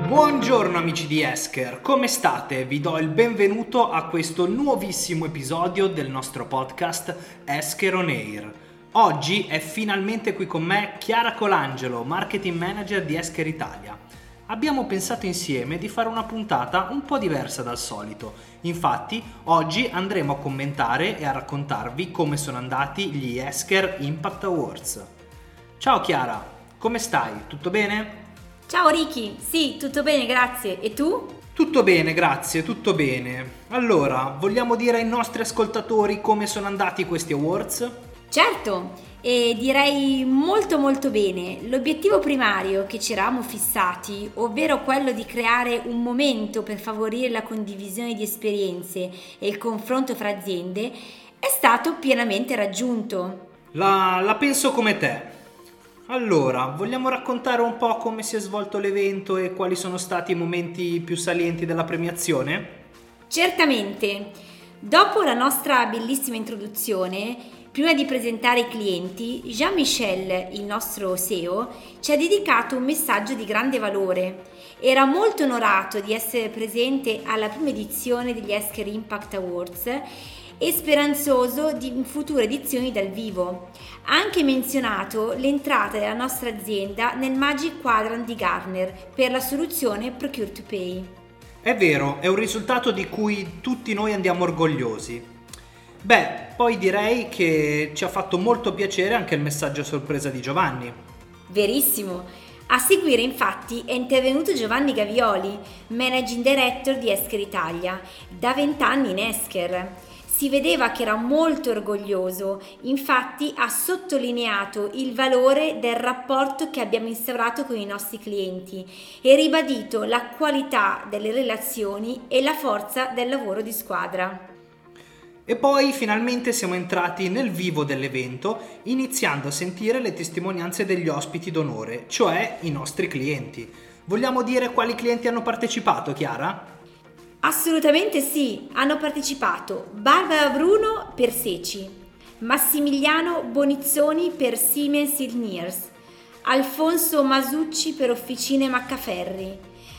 Buongiorno amici di Esker, come state? Vi do il benvenuto a questo nuovissimo episodio del nostro podcast Esker On Air. Oggi è finalmente qui con me Chiara Colangelo, Marketing Manager di Esker Italia. Abbiamo pensato insieme di fare una puntata un po' diversa dal solito. Infatti, oggi andremo a commentare e a raccontarvi come sono andati gli Esker Impact Awards. Ciao Chiara, come stai? Tutto bene? Ciao Ricky, sì, tutto bene, grazie. E tu? Tutto bene, grazie, tutto bene. Allora, vogliamo dire ai nostri ascoltatori come sono andati questi awards? Certo, e direi molto bene. L'obiettivo primario che ci eravamo fissati, ovvero quello di creare un momento per favorire la condivisione di esperienze e il confronto fra aziende, è stato pienamente raggiunto. La penso come te. Allora, vogliamo raccontare un po' come si è svolto l'evento e quali sono stati i momenti più salienti della premiazione? Certamente. Dopo la nostra bellissima introduzione, prima di presentare i clienti, Jean-Michel, il nostro CEO, ci ha dedicato un messaggio di grande valore. Era molto onorato di essere presente alla prima edizione degli Esker Impact Awards e speranzoso di future edizioni dal vivo. Ha anche menzionato l'entrata della nostra azienda nel Magic Quadrant di Gartner per la soluzione Procure to Pay. È vero, è un risultato di cui tutti noi andiamo orgogliosi. Poi direi che ci ha fatto molto piacere anche il messaggio a sorpresa di Giovanni. Verissimo! A seguire infatti è intervenuto Giovanni Gavioli, Managing Director di Esker Italia, da 20 anni in Esker. Si vedeva che era molto orgoglioso, infatti ha sottolineato il valore del rapporto che abbiamo instaurato con i nostri clienti e ribadito la qualità delle relazioni e la forza del lavoro di squadra. E poi finalmente siamo entrati nel vivo dell'evento, iniziando a sentire le testimonianze degli ospiti d'onore, cioè i nostri clienti. Vogliamo dire quali clienti hanno partecipato, Chiara? Assolutamente sì, hanno partecipato Barbara Bruno per Seci, Massimiliano Bonizzoni per Siemens Healthineers, Alfonso Masucci per Officine Maccaferri,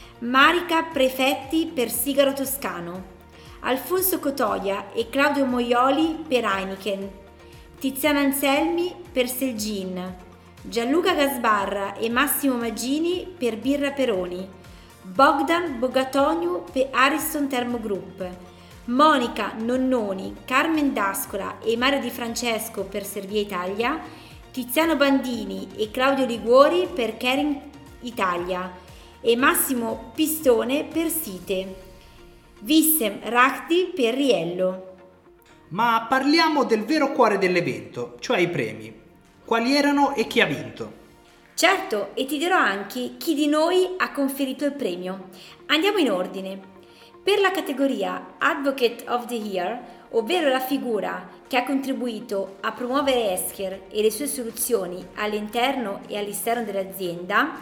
Marica Prefetti per Sigaro Toscano, Alfonso Cotoia e Claudio Moioli per Heineken, Tiziana Anselmi per Selgin, Gianluca Gasbarra e Massimo Maggini per Birra Peroni, Bogdan Bogatoniu per Ariston Thermo Group, Monica Nonnoni, Carmen D'Ascola e Mario Di Francesco per Servier Italia, Tiziano Bandini e Claudio Liguori per Kering Italia e Massimo Pistone per Site, Vissem Racti per Riello. Ma parliamo del vero cuore dell'evento, cioè i premi. Quali erano e chi ha vinto? Certo, e ti dirò anche chi di noi ha conferito il premio. Andiamo in ordine. Per la categoria Advocate of the Year, ovvero la figura che ha contribuito a promuovere Esker e le sue soluzioni all'interno e all'esterno dell'azienda,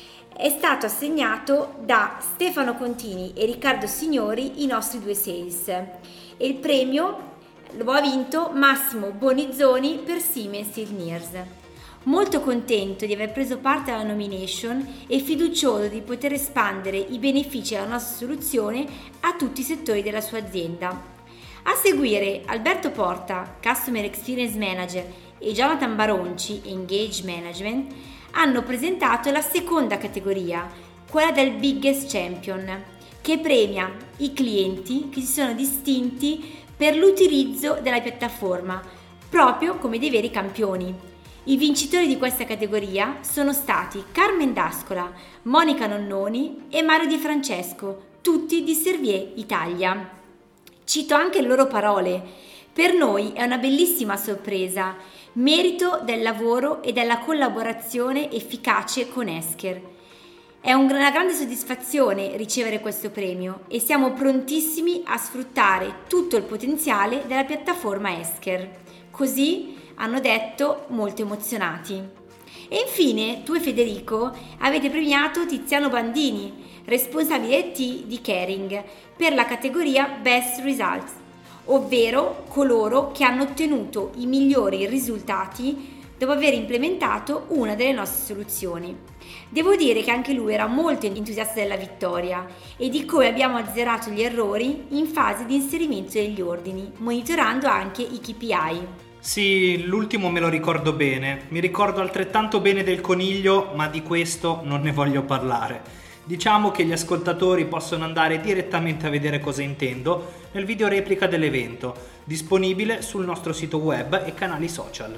è stato assegnato da Stefano Contini e Riccardo Signori, i nostri due sales. E il premio lo ha vinto Massimo Bonizzoni per Siemens Healthineers. Molto contento di aver preso parte alla nomination e fiducioso di poter espandere i benefici della nostra soluzione a tutti i settori della sua azienda. A seguire, Alberto Porta, Customer Experience Manager, e Jonathan Baronci, Engage Management, hanno presentato la seconda categoria, quella del Biggest Champion, che premia i clienti che si sono distinti per l'utilizzo della piattaforma, proprio come dei veri campioni. I vincitori di questa categoria sono stati Carmen D'Ascola, Monica Nonnoni e Mario Di Francesco, tutti di Servier Italia. Cito anche le loro parole. Per noi è una bellissima sorpresa, merito del lavoro e della collaborazione efficace con Esker. È una grande soddisfazione ricevere questo premio e siamo prontissimi a sfruttare tutto il potenziale della piattaforma Esker. Così hanno detto molto emozionati. E infine tu e Federico avete premiato Tiziano Bandini, responsabile IT di Kering, per la categoria Best Results, ovvero coloro che hanno ottenuto i migliori risultati dopo aver implementato una delle nostre soluzioni. Devo dire che anche lui era molto entusiasta della vittoria e di come abbiamo azzerato gli errori in fase di inserimento degli ordini, monitorando anche i KPI. Sì, l'ultimo me lo ricordo bene. Mi ricordo altrettanto bene del coniglio, ma di questo non ne voglio parlare. Diciamo che gli ascoltatori possono andare direttamente a vedere cosa intendo nel video replica dell'evento, disponibile sul nostro sito web e canali social.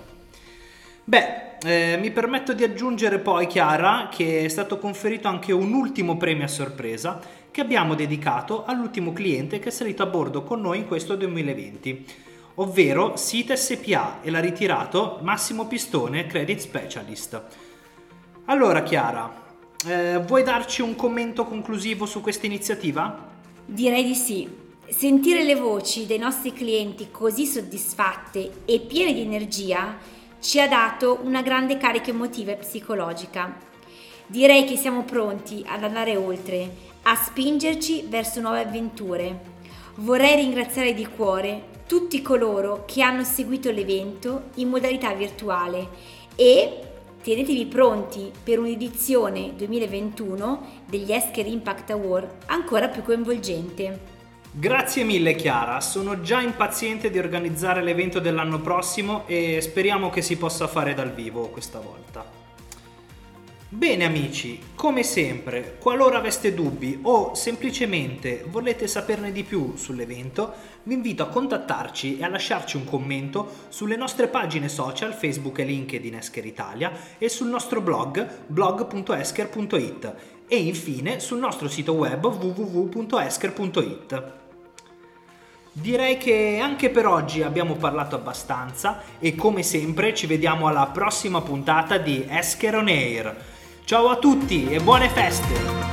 Mi permetto di aggiungere poi, Chiara, che è stato conferito anche un ultimo premio a sorpresa che abbiamo dedicato all'ultimo cliente che è salito a bordo con noi in questo 2020, ovvero SIT SPA, e l'ha ritirato Massimo Pistone, Credit Specialist. Allora, Chiara, vuoi darci un commento conclusivo su questa iniziativa? Direi di sì. Sentire le voci dei nostri clienti così soddisfatte e piene di energia ci ha dato una grande carica emotiva e psicologica. Direi che siamo pronti ad andare oltre, a spingerci verso nuove avventure. Vorrei ringraziare di cuore tutti coloro che hanno seguito l'evento in modalità virtuale e tenetevi pronti per un'edizione 2021 degli Esker Impact Award ancora più coinvolgente. Grazie mille, Chiara, sono già impaziente di organizzare l'evento dell'anno prossimo e speriamo che si possa fare dal vivo questa volta. Bene amici, come sempre, qualora aveste dubbi o semplicemente volete saperne di più sull'evento, vi invito a contattarci e a lasciarci un commento sulle nostre pagine social Facebook e LinkedIn Esker Italia e sul nostro blog blog.esker.it e infine sul nostro sito web www.esker.it. Direi che anche per oggi abbiamo parlato abbastanza e come sempre ci vediamo alla prossima puntata di Esker On Air. Ciao a tutti e buone feste!